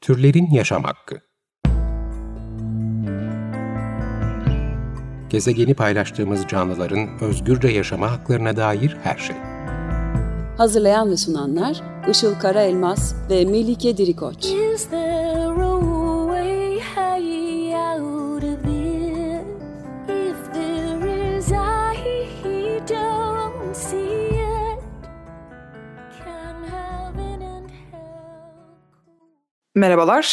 Türlerin yaşam hakkı. Gezegeni paylaştığımız canlıların özgürce yaşama haklarına dair her şey. Hazırlayan ve sunanlar Işıl Karaelmaz ve Melike Dirikoç. Merhabalar,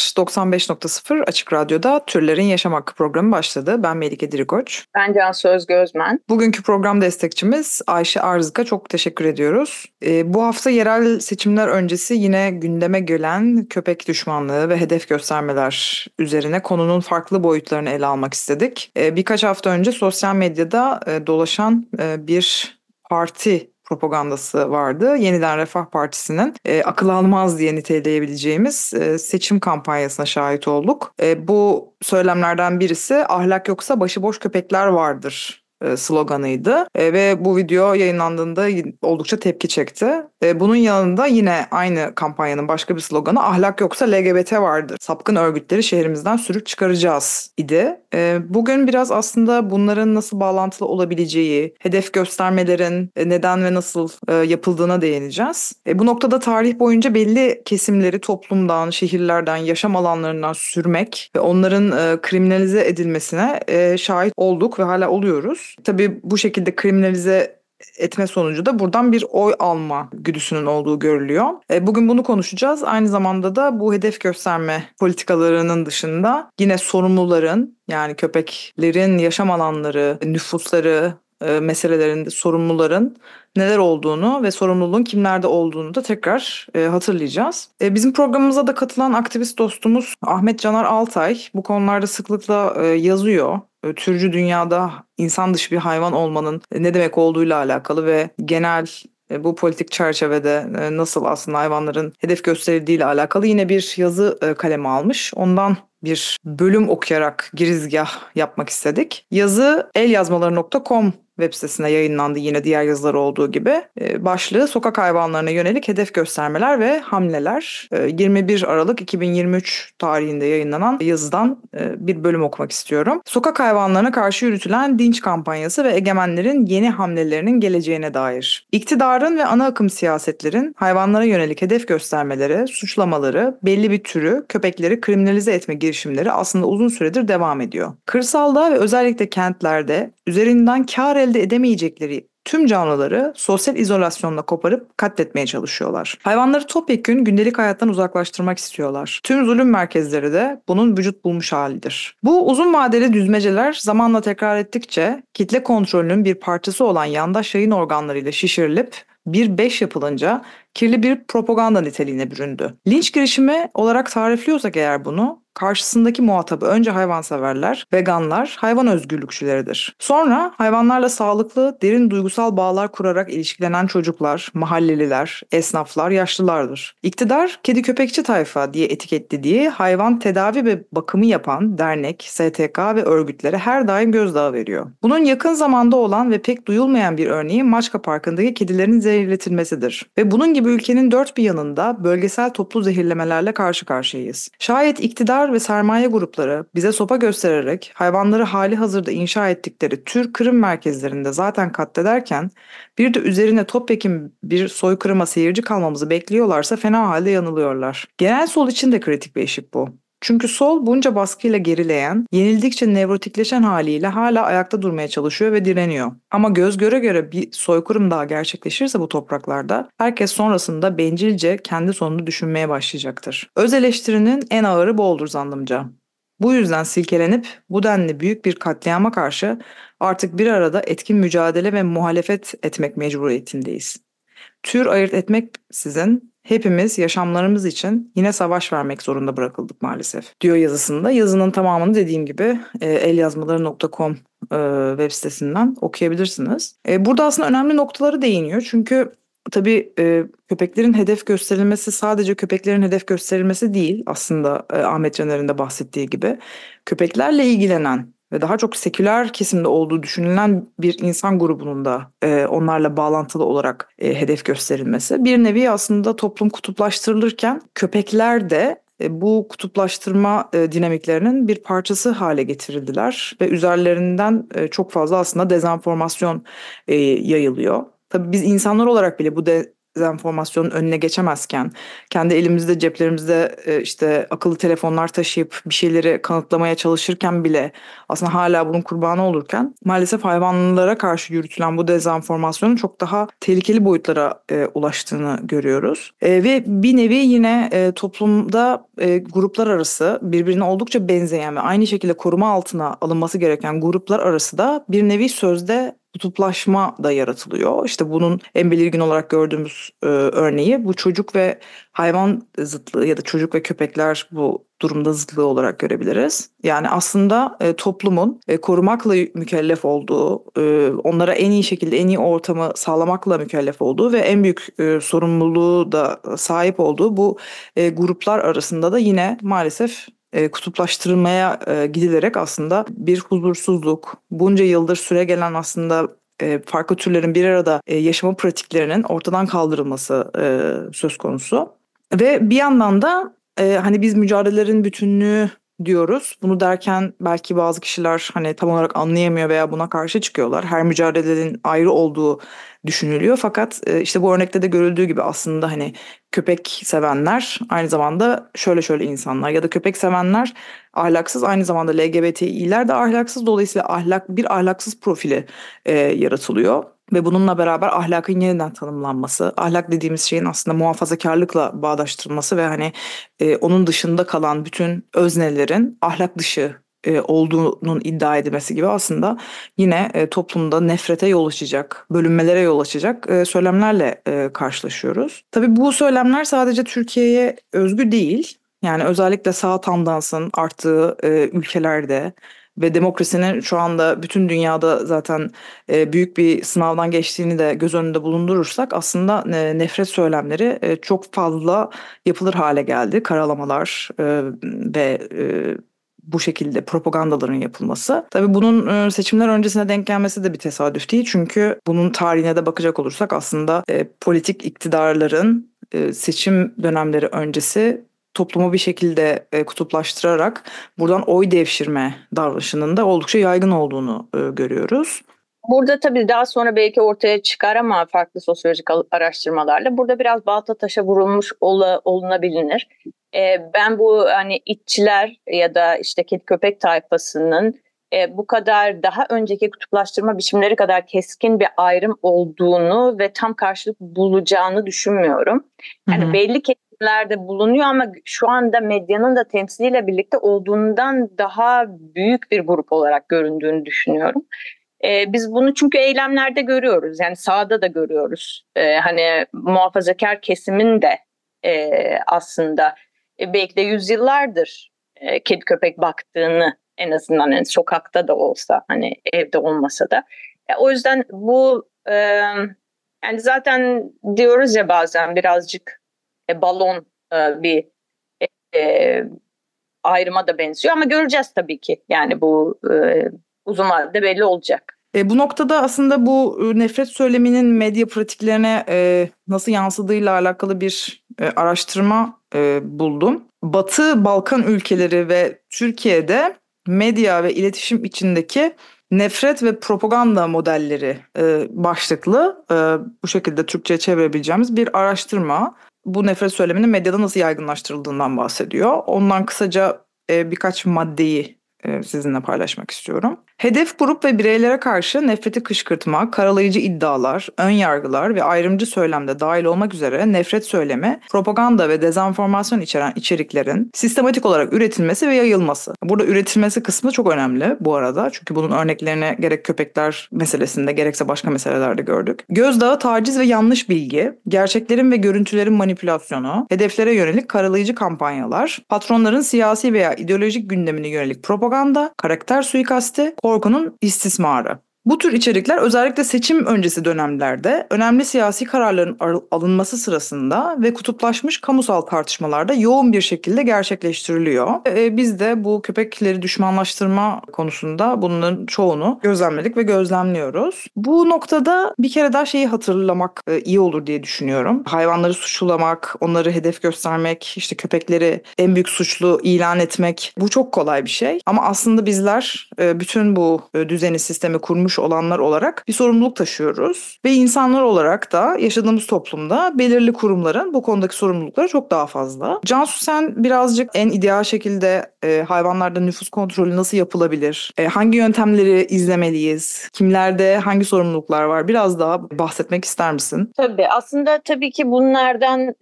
95.0 Açık Radyo'da Türlerin Yaşam Hakkı programı başladı. Ben Melike Dirikoç. Ben Cansu Özgü Özmen. Bugünkü program destekçimiz Ayşe Arzık'a çok teşekkür ediyoruz. Bu hafta yerel seçimler öncesi yine gündeme gelen köpek düşmanlığı ve hedef göstermeler üzerine konunun farklı boyutlarını ele almak istedik. Birkaç hafta önce sosyal medyada dolaşan bir parti propagandası vardı. Yeniden Refah Partisi'nin akıl almaz diye niteleyebileceğimiz seçim kampanyasına şahit olduk. Bu söylemlerden birisi ahlak yoksa başıboş köpekler vardır sloganıydı ve bu video yayınlandığında oldukça tepki çekti. Bunun yanında yine aynı kampanyanın başka bir sloganı ahlak yoksa LGBT vardır. Sapkın örgütleri şehrimizden sürüp çıkaracağız idi. Bugün biraz aslında bunların nasıl bağlantılı olabileceği, hedef göstermelerin neden ve nasıl yapıldığına değineceğiz. Bu noktada tarih boyunca belli kesimleri toplumdan, şehirlerden, yaşam alanlarından sürmek ve onların kriminalize edilmesine şahit olduk ve hala oluyoruz. Tabii bu şekilde kriminalize etme sonucu da buradan bir oy alma güdüsünün olduğu görülüyor. Bugün bunu konuşacağız. Aynı zamanda da bu hedef gösterme politikalarının dışında yine sorumluların, yani köpeklerin yaşam alanları, nüfusları meselelerinde sorumluların neler olduğunu ve sorumluluğun kimlerde olduğunu da tekrar hatırlayacağız. Bizim programımıza da katılan aktivist dostumuz Ahmet Caner Altay bu konularda sıklıkla yazıyor. Türcü dünyada insan dışı bir hayvan olmanın ne demek olduğuyla alakalı ve genel bu politik çerçevede nasıl aslında hayvanların hedef gösterildiğiyle alakalı yine bir yazı kaleme almış. Ondan bir bölüm okuyarak girizgah yapmak istedik. Yazı elyazmaları.com web sitesine yayınlandı yine diğer yazılar olduğu gibi. Başlığı sokak hayvanlarına yönelik hedef göstermeler ve hamleler. 21 Aralık 2023 tarihinde yayınlanan yazıdan bir bölüm okumak istiyorum. Sokak hayvanlarına karşı yürütülen dinç kampanyası ve egemenlerin yeni hamlelerinin geleceğine dair. İktidarın ve ana akım siyasetlerin hayvanlara yönelik hedef göstermeleri, suçlamaları, belli bir türü, köpekleri kriminalize etme girişimleri aslında uzun süredir devam ediyor. Kırsalda ve özellikle kentlerde üzerinden kar elde edemeyecekleri tüm canlıları sosyal izolasyonla koparıp katletmeye çalışıyorlar. Hayvanları topyekün gündelik hayattan uzaklaştırmak istiyorlar. Tüm zulüm merkezleri de bunun vücut bulmuş halidir. Bu uzun vadeli düzmeceler zamanla tekrar ettikçe kitle kontrolünün bir parçası olan yandaş yayın organlarıyla şişirilip 1-5 yapılınca kirli bir propaganda niteliğine büründü. Linç girişimi olarak tarifliyorsak eğer bunu, karşısındaki muhatabı önce hayvanseverler, veganlar, hayvan özgürlükçüleridir. Sonra hayvanlarla sağlıklı, derin duygusal bağlar kurarak ilişkilenen çocuklar, mahalleliler, esnaflar, yaşlılardır. İktidar, kedi köpekçi tayfa diye etiketlediği hayvan tedavi ve bakımı yapan dernek, STK ve örgütlere her daim gözdağı veriyor. Bunun yakın zamanda olan ve pek duyulmayan bir örneği Maçka Parkı'ndaki kedilerin zehirletilmesidir. Ve bunun gibi ülkenin dört bir yanında bölgesel toplu zehirlemelerle karşı karşıyayız. Şayet iktidar ve sermaye grupları bize sopa göstererek hayvanları hali hazırda inşa ettikleri tür kırım merkezlerinde zaten katlederken bir de üzerine topyekun bir soykırıma seyirci kalmamızı bekliyorlarsa fena halde yanılıyorlar. Genel sol için de kritik bir eşik bu. Çünkü sol bunca baskıyla gerileyen, yenildikçe nevrotikleşen haliyle hala ayakta durmaya çalışıyor ve direniyor. Ama göz göre göre bir soykırım daha gerçekleşirse bu topraklarda herkes sonrasında bencilce kendi sonunu düşünmeye başlayacaktır. Öz eleştirinin en ağırı bu olur zannımca. Bu yüzden silkelenip bu denli büyük bir katliama karşı artık bir arada etkin mücadele ve muhalefet etmek mecburiyetindeyiz. Tür ayırt etmeksizin hepimiz yaşamlarımız için yine savaş vermek zorunda bırakıldık maalesef diyor yazısında. Yazının tamamını dediğim gibi elyazmaları.com web sitesinden okuyabilirsiniz. Burada aslında önemli noktaları değiniyor. Çünkü tabii köpeklerin hedef gösterilmesi sadece köpeklerin hedef gösterilmesi değil aslında Ahmet Caner'in de bahsettiği gibi. Köpeklerle ilgilenen ve daha çok seküler kesimde olduğu düşünülen bir insan grubunun da onlarla bağlantılı olarak hedef gösterilmesi. Bir nevi aslında toplum kutuplaştırılırken köpekler de bu kutuplaştırma dinamiklerinin bir parçası hale getirildiler ve üzerlerinden çok fazla aslında dezenformasyon yayılıyor. Tabii biz insanlar olarak bile bu dezenformasyonun önüne geçemezken, kendi elimizde, ceplerimizde işte akıllı telefonlar taşıyıp bir şeyleri kanıtlamaya çalışırken bile aslında hala bunun kurbanı olurken, maalesef hayvanlara karşı yürütülen bu dezenformasyonun çok daha tehlikeli boyutlara ulaştığını görüyoruz. Ve bir nevi yine toplumda gruplar arası birbirine oldukça benzeyen ve aynı şekilde koruma altına alınması gereken gruplar arası da bir nevi sözde kutuplaşma da yaratılıyor. İşte bunun en belirgin olarak gördüğümüz örneği bu çocuk ve hayvan zıtlığı ya da çocuk ve köpekler bu durumda zıtlığı olarak görebiliriz. Yani aslında toplumun korumakla mükellef olduğu, onlara en iyi şekilde en iyi ortamı sağlamakla mükellef olduğu ve en büyük sorumluluğu da sahip olduğu bu gruplar arasında da yine maalesef kutuplaştırılmaya gidilerek aslında bir huzursuzluk, bunca yıldır süregelen aslında farklı türlerin bir arada yaşama pratiklerinin ortadan kaldırılması söz konusu. Ve bir yandan da hani biz mücadelelerin bütünlüğü diyoruz. Bunu derken belki bazı kişiler hani tam olarak anlayamıyor veya buna karşı çıkıyorlar. Her mücadelenin ayrı olduğu düşünülüyor. Fakat işte bu örnekte de görüldüğü gibi aslında hani köpek sevenler aynı zamanda şöyle insanlar ya da köpek sevenler ahlaksız, aynı zamanda LGBTİ'ler de ahlaksız. Dolayısıyla bir ahlaksız profili yaratılıyor. Ve bununla beraber ahlakın yeniden tanımlanması, ahlak dediğimiz şeyin aslında muhafazakarlıkla bağdaştırılması ve hani onun dışında kalan bütün öznelerin ahlak dışı olduğunun iddia edilmesi gibi aslında yine toplumda nefrete yol açacak, bölünmelere yol açacak söylemlerle karşılaşıyoruz. Tabii bu söylemler sadece Türkiye'ye özgü değil. Yani özellikle sağ tandansın arttığı ülkelerde ve demokrasinin şu anda bütün dünyada zaten büyük bir sınavdan geçtiğini de göz önünde bulundurursak aslında nefret söylemleri çok fazla yapılır hale geldi. Karalamalar ve bu şekilde propagandaların yapılması. Tabii bunun seçimler öncesine denk gelmesi de bir tesadüf değil. Çünkü bunun tarihine de bakacak olursak aslında politik iktidarların seçim dönemleri öncesi toplumu bir şekilde kutuplaştırarak buradan oy devşirme davranışının da oldukça yaygın olduğunu görüyoruz. Burada tabii daha sonra belki ortaya çıkar ama farklı sosyolojik araştırmalarla burada biraz balta taşa vurulmuş olunabilir. Ben bu hani itçiler ya da işte kedi köpek tayfasının bu kadar daha önceki kutuplaştırma biçimleri kadar keskin bir ayrım olduğunu ve tam karşılık bulacağını düşünmüyorum. Yani belli kesimlerde bulunuyor ama şu anda medyanın da temsiliyle birlikte olduğundan daha büyük bir grup olarak göründüğünü düşünüyorum. Biz bunu çünkü eylemlerde görüyoruz. Yani sahada da görüyoruz. Hani muhafazakar kesimin de aslında belki de yüzyıllardır kedi köpek baktığını, en azından yani sokakta da olsa, hani evde olmasa da. O yüzden bu yani zaten diyoruz ya bazen birazcık balon bir ayrıma da benziyor ama göreceğiz tabii ki. Yani bu uzun vadede belli olacak. Bu noktada aslında bu nefret söyleminin medya pratiklerine nasıl yansıdığıyla alakalı bir araştırma buldum. Batı Balkan ülkeleri ve Türkiye'de medya ve iletişim içindeki nefret ve propaganda modelleri başlıklı bu şekilde Türkçe'ye çevirebileceğimiz bir araştırma. Bu nefret söyleminin medyada nasıl yaygınlaştırıldığından bahsediyor. Ondan kısaca birkaç maddeyi sizinle paylaşmak istiyorum. Hedef grup ve bireylere karşı nefreti kışkırtma, karalayıcı iddialar, ön yargılar ve ayrımcı söylemde dahil olmak üzere nefret söylemi, propaganda ve dezenformasyon içeren içeriklerin sistematik olarak üretilmesi ve yayılması. Burada üretilmesi kısmı çok önemli bu arada. Çünkü bunun örneklerini gerek köpekler meselesinde gerekse başka meselelerde gördük. Gözdağı, taciz ve yanlış bilgi, gerçeklerin ve görüntülerin manipülasyonu, hedeflere yönelik karalayıcı kampanyalar, patronların siyasi veya ideolojik gündemine yönelik propaganda, karakter suikasti, korkunun istismarı. Bu tür içerikler özellikle seçim öncesi dönemlerde önemli siyasi kararların alınması sırasında ve kutuplaşmış kamusal tartışmalarda yoğun bir şekilde gerçekleştiriliyor. Biz de bu köpekleri düşmanlaştırma konusunda bunların çoğunu gözlemledik ve gözlemliyoruz. Bu noktada bir kere daha şeyi hatırlamak iyi olur diye düşünüyorum. Hayvanları suçlamak, onları hedef göstermek, işte köpekleri en büyük suçlu ilan etmek, bu çok kolay bir şey. Ama aslında bizler bütün bu düzeni, sistemi kurmuş olanlar olarak bir sorumluluk taşıyoruz. Ve insanlar olarak da yaşadığımız toplumda belirli kurumların bu konudaki sorumlulukları çok daha fazla. Cansu, sen birazcık en ideal şekilde hayvanlarda nüfus kontrolü nasıl yapılabilir? Hangi yöntemleri izlemeliyiz? Kimlerde hangi sorumluluklar var? Biraz daha bahsetmek ister misin? Tabii ki bunlardan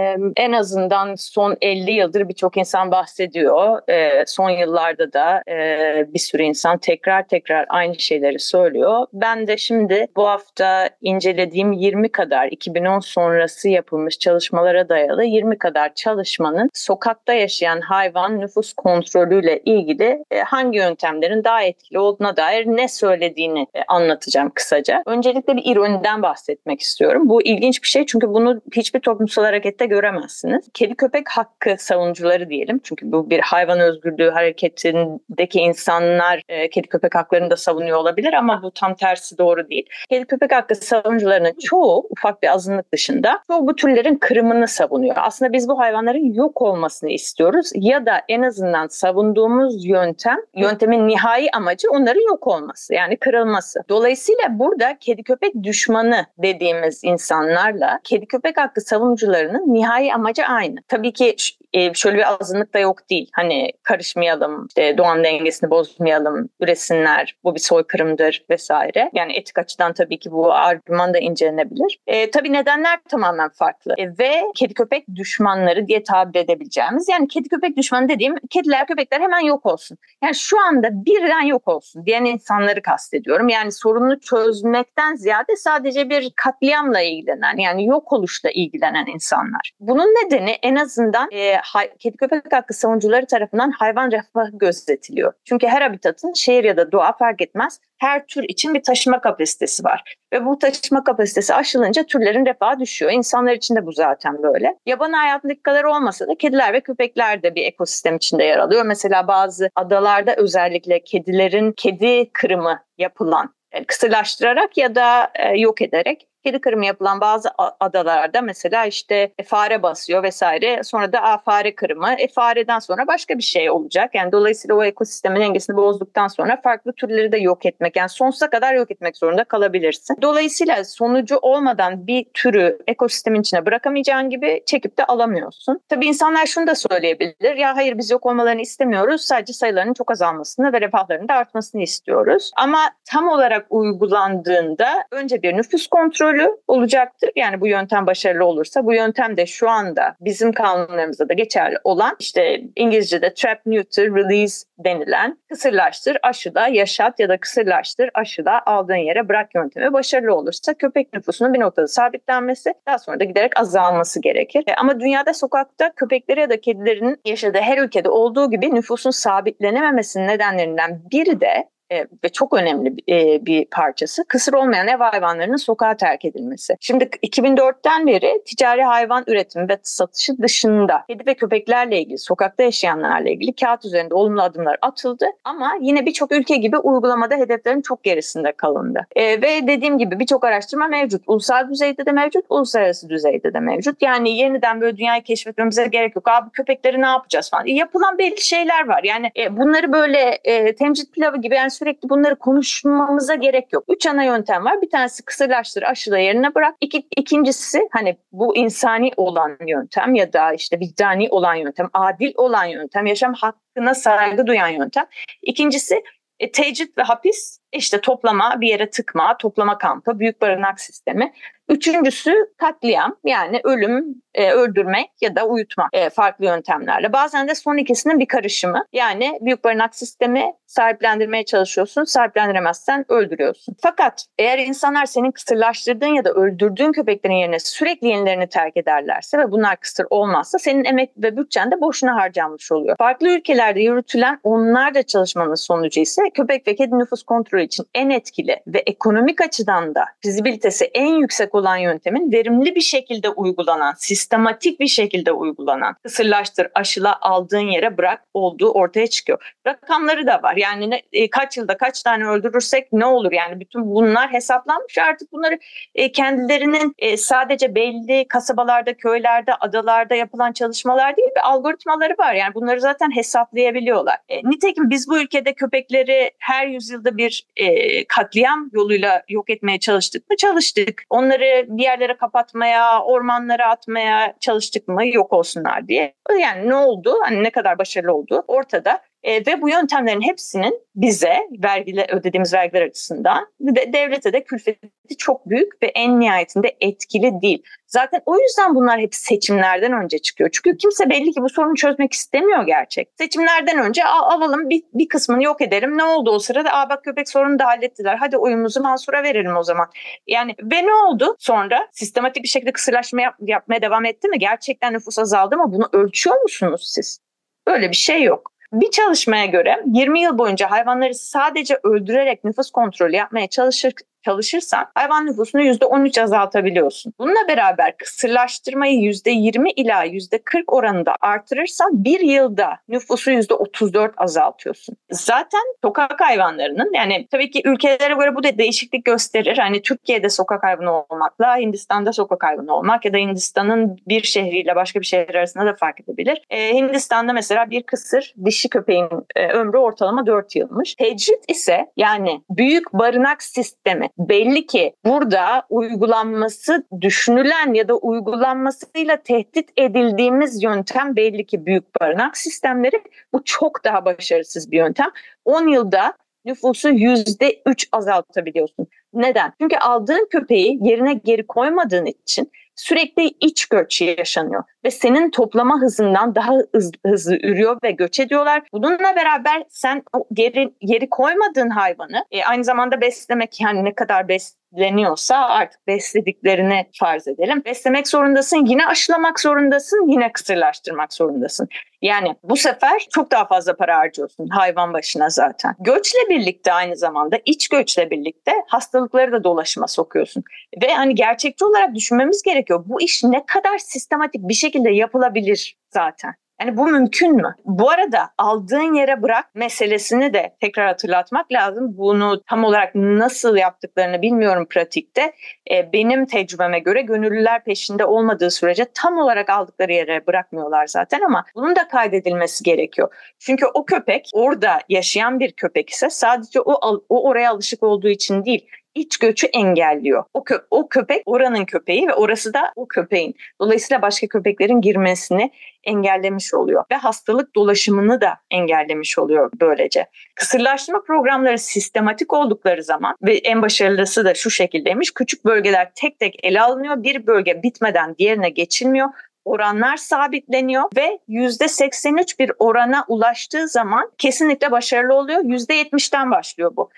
en azından son 50 yıldır birçok insan bahsediyor. Son yıllarda da bir sürü insan tekrar aynı şeyleri söylüyor. Ben de şimdi bu hafta incelediğim 20 kadar 2010 sonrası yapılmış çalışmalara dayalı 20 kadar çalışmanın sokakta yaşayan hayvan nüfus kontrolüyle ilgili hangi yöntemlerin daha etkili olduğuna dair ne söylediğini anlatacağım kısaca. Öncelikle bir ironiden bahsetmek istiyorum. Bu ilginç bir şey çünkü bunu hiçbir toplumsal harekette göremezsiniz. Kedi köpek hakkı savunucuları diyelim. Çünkü bu bir hayvan özgürlüğü hareketindeki insanlar kedi köpek haklarını da savunuyor olabilir ama bu tam tersi doğru değil. Kedi köpek hakkı savunucularının çoğu, ufak bir azınlık dışında, çoğu bu türlerin kırımını savunuyor. Aslında biz bu hayvanların yok olmasını istiyoruz ya da en azından savunduğumuz yöntemin nihai amacı onların yok olması, yani kırılması. Dolayısıyla burada kedi köpek düşmanı dediğimiz insanlarla kedi köpek hakkı savunucularının nihai amacı aynı. Tabii ki şöyle bir azınlık da yok değil. Hani karışmayalım, işte doğanın dengesini bozmayalım, üresinler, bu bir soykırımdır vesaire. Yani etik açıdan tabii ki bu argüman da incelenebilir. Tabii nedenler tamamen farklı. Ve kedi köpek düşmanları diye tabir edebileceğimiz, yani kedi köpek düşmanı dediğim kediler köpekler hemen yok olsun. Yani şu anda birden yok olsun diyen insanları kastediyorum. Yani sorunu çözmekten ziyade sadece bir katliamla ilgilenen, yani yok oluşla ilgilenen insanlar. Bunun nedeni en azından kedi köpek hakkı savunucuları tarafından hayvan refahı gözetiliyor. Çünkü her habitatın, şehir ya da doğa fark etmez, her tür için bir taşıma kapasitesi var. Ve bu taşıma kapasitesi aşılınca türlerin refahı düşüyor. İnsanlar için de bu zaten böyle. Yabani hayatındaki kadar olmasa da kediler ve köpekler de bir ekosistem içinde yer alıyor. Mesela bazı adalarda özellikle kedilerin kedi kırımı yapılan, yani kısırlaştırarak ya da yok ederek kedi kırımı yapılan bazı adalarda mesela işte fare basıyor vesaire. Sonra da fare kırımı. Fareden sonra başka bir şey olacak. Yani dolayısıyla o ekosistemin dengesini bozduktan sonra farklı türleri de yok etmek, yani sonsuza kadar yok etmek zorunda kalabilirsin. Dolayısıyla sonucu olmadan bir türü ekosistemin içine bırakamayacağın gibi çekip de alamıyorsun. Tabii insanlar şunu da söyleyebilir. Ya hayır, biz yok olmalarını istemiyoruz. Sadece sayılarının çok azalmasını ve refahlarının da artmasını istiyoruz. Ama tam olarak uygulandığında önce bir nüfus kontrolü olacaktır. Yani bu yöntem başarılı olursa, bu yöntem de şu anda bizim kanunlarımızda da geçerli olan, işte İngilizce'de trap, neuter, release denilen kısırlaştır, aşıla, yaşat ya da kısırlaştır, aşıla, aldığın yere bırak yöntemi başarılı olursa köpek nüfusunun bir noktada sabitlenmesi, daha sonra da giderek azalması gerekir. Ama dünyada sokakta köpekleri ya da kedilerin yaşadığı her ülkede olduğu gibi nüfusun sabitlenememesinin nedenlerinden biri de ve çok önemli bir parçası kısır olmayan ev hayvanlarının sokağa terk edilmesi. Şimdi 2004'ten beri ticari hayvan üretimi ve satışı dışında kedi ve köpeklerle ilgili, sokakta yaşayanlarla ilgili kağıt üzerinde olumlu adımlar atıldı ama yine birçok ülke gibi uygulamada hedeflerin çok gerisinde kalındı. Ve dediğim gibi birçok araştırma mevcut. Ulusal düzeyde de mevcut, uluslararası düzeyde de mevcut. Yani yeniden böyle dünyayı keşfetmemize gerek yok. Abi köpekleri ne yapacağız falan. Yapılan belli şeyler var. Yani bunları böyle temcit pilavı gibi, yani sürekli bunları konuşmamıza gerek yok. 3 ana yöntem var. Bir tanesi kısırlaştır, aşıla, yerine bırak. İkincisi hani bu insani olan yöntem ya da işte vicdani olan yöntem, adil olan yöntem, yaşam hakkına saygı duyan yöntem. İkincisi tecrit ve hapis, işte toplama, bir yere tıkma, toplama kampı, büyük barınak sistemi. Üçüncüsü katliam, yani ölüm, öldürmek ya da uyutmak farklı yöntemlerle. Bazen de son ikisinin bir karışımı. Yani büyük barınak sistemi sahiplendirmeye çalışıyorsun, sahiplendiremezsen öldürüyorsun. Fakat eğer insanlar senin kısırlaştırdığın ya da öldürdüğün köpeklerin yerine sürekli yenilerini terk ederlerse ve bunlar kısır olmazsa senin emek ve bütçen de boşuna harcanmış oluyor. Farklı ülkelerde yürütülen onlarca çalışmanın sonucu ise köpek ve kedi nüfus kontrolü kontrol için en etkili ve ekonomik açıdan da fizibilitesi en yüksek olan yöntemin verimli bir şekilde uygulanan, sistematik bir şekilde uygulanan kısırlaştır, aşıla, aldığın yere bırak olduğu ortaya çıkıyor. Rakamları da var. Yani kaç yılda kaç tane öldürürsek ne olur? Yani bütün bunlar hesaplanmış. Artık bunları kendilerinin sadece belli kasabalarda, köylerde, adalarda yapılan çalışmalar değil, bir algoritmaları var. Yani bunları zaten hesaplayabiliyorlar. Nitekim biz bu ülkede köpekleri her yüzyılda bir katliam yoluyla yok etmeye çalıştık mı? Çalıştık. Onları bir yerlere kapatmaya, ormanlara atmaya çalıştık mı? Yok olsunlar diye. Yani ne oldu? Hani ne kadar başarılı oldu ortada. Ve bu yöntemlerin hepsinin bize ödediğimiz vergiler açısından ve devlete de külfeti çok büyük ve en nihayetinde etkili değil. Zaten o yüzden bunlar hep seçimlerden önce çıkıyor. Çünkü kimse belli ki bu sorunu çözmek istemiyor gerçek. Seçimlerden önce alalım bir kısmını yok edelim. Ne oldu o sırada? Bak köpek sorunu da hallettiler. Hadi oyumuzu Mansur'a verelim o zaman. Yani ve ne oldu? Sonra sistematik bir şekilde kısırlaşma yapmaya devam etti mi? Gerçekten nüfus azaldı mı? Bunu ölçüyor musunuz siz? Böyle bir şey yok. Bir çalışmaya göre 20 yıl boyunca hayvanları sadece öldürerek nüfus kontrolü yapmaya çalışırsan hayvan nüfusunu %13 azaltabiliyorsun. Bununla beraber kısırlaştırmayı %20 ila %40 oranında artırırsan bir yılda nüfusu %34 azaltıyorsun. Zaten sokak hayvanlarının, yani tabii ki ülkelere göre bu da değişiklik gösterir. Hani Türkiye'de sokak hayvanı olmakla Hindistan'da sokak hayvanı olmak ya da Hindistan'ın bir şehriyle başka bir şehir arasında da fark edebilir. Hindistan'da mesela bir kısır dişi köpeğin ömrü ortalama 4 yılmış. Tecrit ise, yani büyük barınak sistemi, belli ki burada uygulanması düşünülen ya da uygulanmasıyla tehdit edildiğimiz yöntem belli ki büyük barınak sistemleri. Bu çok daha başarısız bir yöntem. 10 yılda nüfusu %3 azaltabiliyorsun. Neden? Çünkü aldığın köpeği yerine geri koymadığın için sürekli iç göç yaşanıyor ve senin toplama hızından daha hızlı ürüyor ve göç ediyorlar. Bununla beraber sen geri koymadığın hayvanı aynı zamanda beslemek, yani ne kadar besleniyorsa artık beslediklerini farz edelim. Beslemek zorundasın, yine aşılamak zorundasın, yine kısırlaştırmak zorundasın. Yani bu sefer çok daha fazla para harcıyorsun hayvan başına zaten. Göçle birlikte, aynı zamanda iç göçle birlikte hastalıkları da dolaşıma sokuyorsun. Ve hani gerçekçi olarak düşünmemiz gerekiyor. Bu iş ne kadar sistematik bir şekilde yapılabilir zaten? Yani bu mümkün mü? Bu arada aldığın yere bırak meselesini de tekrar hatırlatmak lazım. Bunu tam olarak nasıl yaptıklarını bilmiyorum pratikte. Benim tecrübeme göre gönüllüler peşinde olmadığı sürece tam olarak aldıkları yere bırakmıyorlar zaten, ama bunun da kaydedilmesi gerekiyor. Çünkü o köpek orada yaşayan bir köpek ise sadece o oraya alışık olduğu için değil, iç göçü engelliyor. O köpek oranın köpeği ve orası da o köpeğin. Dolayısıyla başka köpeklerin girmesini engellemiş oluyor ve hastalık dolaşımını da engellemiş oluyor böylece. Kısırlaştırma programları sistematik oldukları zaman ve en başarılısı da şu şekildeymiş: küçük bölgeler tek tek ele alınıyor. Bir bölge bitmeden diğerine geçilmiyor. Oranlar sabitleniyor ve %83 bir orana ulaştığı zaman kesinlikle başarılı oluyor. %70'ten başlıyor bu.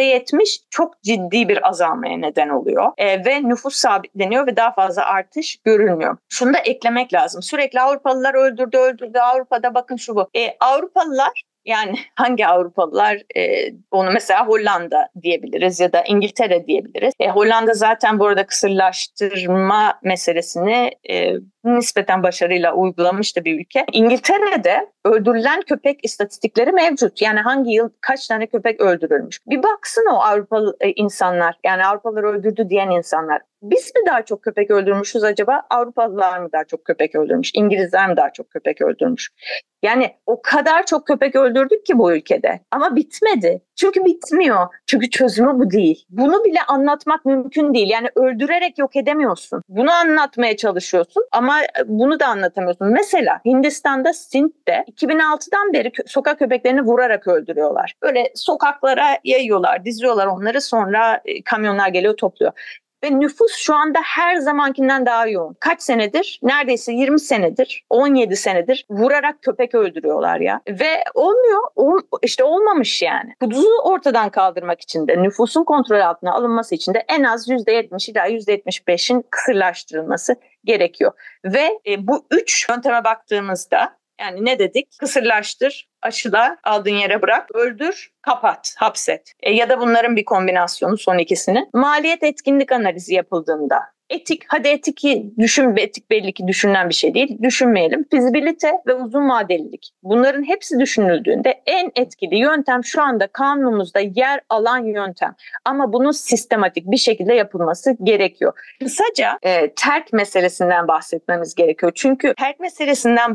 %70 çok ciddi bir azalmaya neden oluyor ve nüfus sabitleniyor ve daha fazla artış görülmüyor. Şunu da eklemek lazım. Sürekli Avrupalılar öldürdü. Avrupa'da bakın şu bu. Avrupalılar, yani hangi Avrupalılar? Onu mesela Hollanda diyebiliriz ya da İngiltere diyebiliriz. Hollanda zaten bu arada kısırlaştırma meselesini nispeten başarıyla uygulamış da bir ülke. İngiltere'de öldürülen köpek istatistikleri mevcut. Yani hangi yıl kaç tane köpek öldürülmüş. Bir baksın o Avrupalı insanlar, yani Avrupalılar öldürdü diyen insanlar. Biz mi daha çok köpek öldürmüşüz acaba? Avrupalılar mı daha çok köpek öldürmüş? İngilizler mi daha çok köpek öldürmüş? Yani o kadar çok köpek öldürdük ki bu ülkede. Ama bitmedi. Çünkü bitmiyor. Çünkü çözümü bu değil. Bunu bile anlatmak mümkün değil. Yani öldürerek yok edemiyorsun. Bunu anlatmaya çalışıyorsun ama bunu da anlatamıyorsun. Mesela Hindistan'da, Sindh'te 2006'dan beri sokak köpeklerini vurarak öldürüyorlar. Böyle sokaklara yayıyorlar, diziyorlar onları, sonra kamyonlar geliyor topluyor. Ve nüfus şu anda her zamankinden daha yoğun. Kaç senedir? Neredeyse 20 senedir, 17 senedir vurarak köpek öldürüyorlar ya. Ve olmuyor. İşte olmamış yani. Kuduzu ortadan kaldırmak için de, nüfusun kontrol altına alınması için de en az %70 ila %75'in kısırlaştırılması gerekiyor. Ve bu 3 yönteme baktığımızda Yani ne dedik? Kısırlaştır, aşıla, aldığın yere bırak, öldür, kapat, hapset. Ya da bunların bir kombinasyonu son ikisinin. Maliyet etkinlik analizi yapıldığında etik, hadi etiki düşün, etik belli ki düşünülen bir şey değil, düşünmeyelim. Fizibilite ve uzun vadelilik. Bunların hepsi düşünüldüğünde en etkili yöntem şu anda kanunumuzda yer alan yöntem. Ama bunun sistematik bir şekilde yapılması gerekiyor. Kısaca terk meselesinden bahsetmemiz gerekiyor. Çünkü terk meselesinden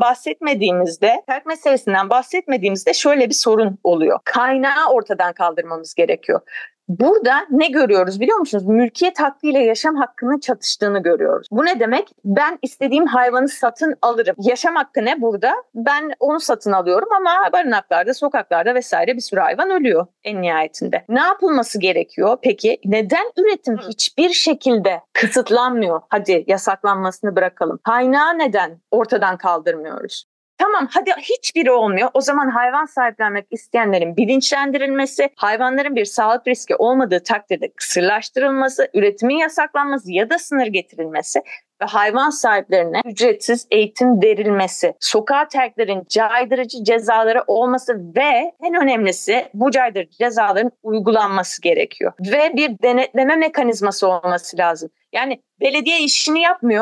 bahsetmediğimizde şöyle bir sorun oluyor. Kaynağı ortadan kaldırmamız gerekiyor. Burada ne görüyoruz biliyor musunuz? Mülkiyet hakkı ile yaşam hakkının çatıştığını görüyoruz. Bu ne demek? Ben istediğim hayvanı satın alırım. Yaşam hakkı ne burada? Ben onu satın alıyorum ama barınaklarda, sokaklarda vesaire bir sürü hayvan ölüyor en nihayetinde. Ne yapılması gerekiyor? Peki neden üretim hiçbir şekilde kısıtlanmıyor? Hadi yasaklanmasını bırakalım. Kaynağı neden ortadan kaldırmıyoruz? Tamam, hadi hiçbiri olmuyor. O zaman hayvan sahiplenmek isteyenlerin bilinçlendirilmesi, hayvanların bir sağlık riski olmadığı takdirde kısırlaştırılması, üretimin yasaklanması ya da sınır getirilmesi ve hayvan sahiplerine ücretsiz eğitim verilmesi, sokağa terklerin caydırıcı cezaları olması ve en önemlisi bu caydırıcı cezaların uygulanması gerekiyor. Ve bir denetleme mekanizması olması lazım. Yani belediye işini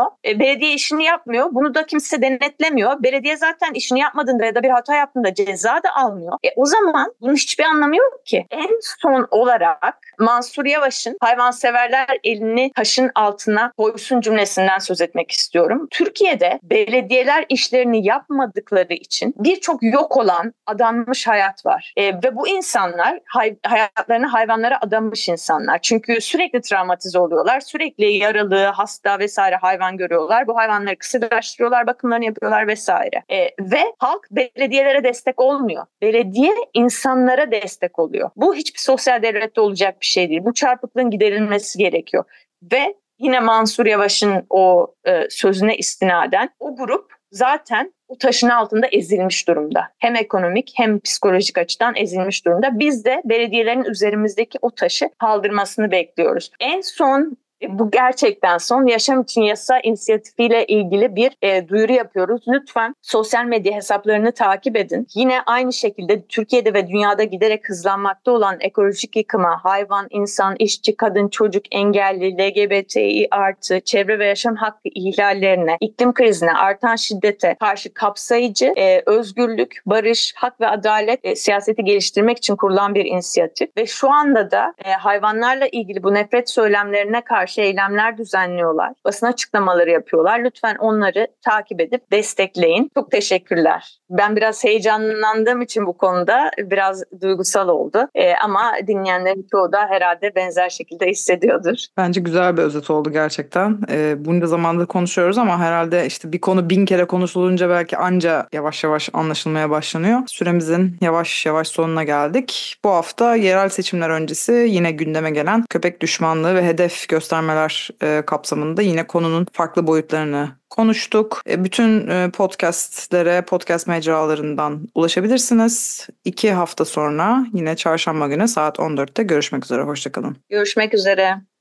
yapmıyor. Bunu da kimse denetlemiyor. Belediye zaten işini yapmadığında ya da bir hata yaptığında ceza da almıyor. O zaman bunun hiçbir anlamı yok ki. En son olarak Mansur Yavaş'ın hayvanseverler elini taşın altına koysun cümlesinden söz etmek istiyorum. Türkiye'de belediyeler işlerini yapmadıkları için birçok yok olan adanmış hayat var. Ve bu insanlar hayatlarını hayvanlara adamış insanlar. Çünkü sürekli travmatize oluyorlar. Sürekli yaralı, hasta vesaire hayvan görüyorlar. Bu hayvanları kısırlaştırıyorlar, bakımlarını yapıyorlar vesaire. Ve halk belediyelere destek olmuyor. Belediye insanlara destek oluyor. Bu hiçbir sosyal devlette olacak bir şey değil. Bu çarpıklığın giderilmesi gerekiyor. Ve yine Mansur Yavaş'ın o sözüne istinaden o grup zaten o taşın altında ezilmiş durumda. Hem ekonomik hem psikolojik açıdan ezilmiş durumda. Biz de belediyelerin üzerimizdeki o taşı kaldırmasını bekliyoruz. En son bu gerçekten son Yaşam İçin Yasa inisiyatifiyle ilgili bir duyuru yapıyoruz. Lütfen sosyal medya hesaplarını takip edin. Yine aynı şekilde Türkiye'de ve dünyada giderek hızlanmakta olan ekolojik yıkıma, hayvan, insan, işçi, kadın, çocuk, engelli, LGBTİ artı, çevre ve yaşam hakkı ihlallerine, iklim krizine, artan şiddete karşı kapsayıcı, özgürlük, barış, hak ve adalet siyaseti geliştirmek için kurulan bir inisiyatif. Ve şu anda da hayvanlarla ilgili bu nefret söylemlerine karşı eylemler düzenliyorlar. Basın açıklamaları yapıyorlar. Lütfen onları takip edip destekleyin. Çok teşekkürler. Ben biraz heyecanlandığım için bu konuda biraz duygusal oldu. Ama dinleyenlerin çoğu da herhalde benzer şekilde hissediyordur. Bence güzel bir özet oldu gerçekten. Bunca zamandır konuşuyoruz ama herhalde işte bir konu 1000 kere konuşulunca belki anca yavaş yavaş anlaşılmaya başlanıyor. Süremizin yavaş yavaş sonuna geldik. Bu hafta yerel seçimler öncesi yine gündeme gelen köpek düşmanlığı ve hedef göstermeler kapsamında yine konunun farklı boyutlarını konuştuk. Bütün podcastlere, podcast mecralarından ulaşabilirsiniz. 2 hafta sonra yine çarşamba günü saat 14'te görüşmek üzere. Hoşça kalın. Görüşmek üzere.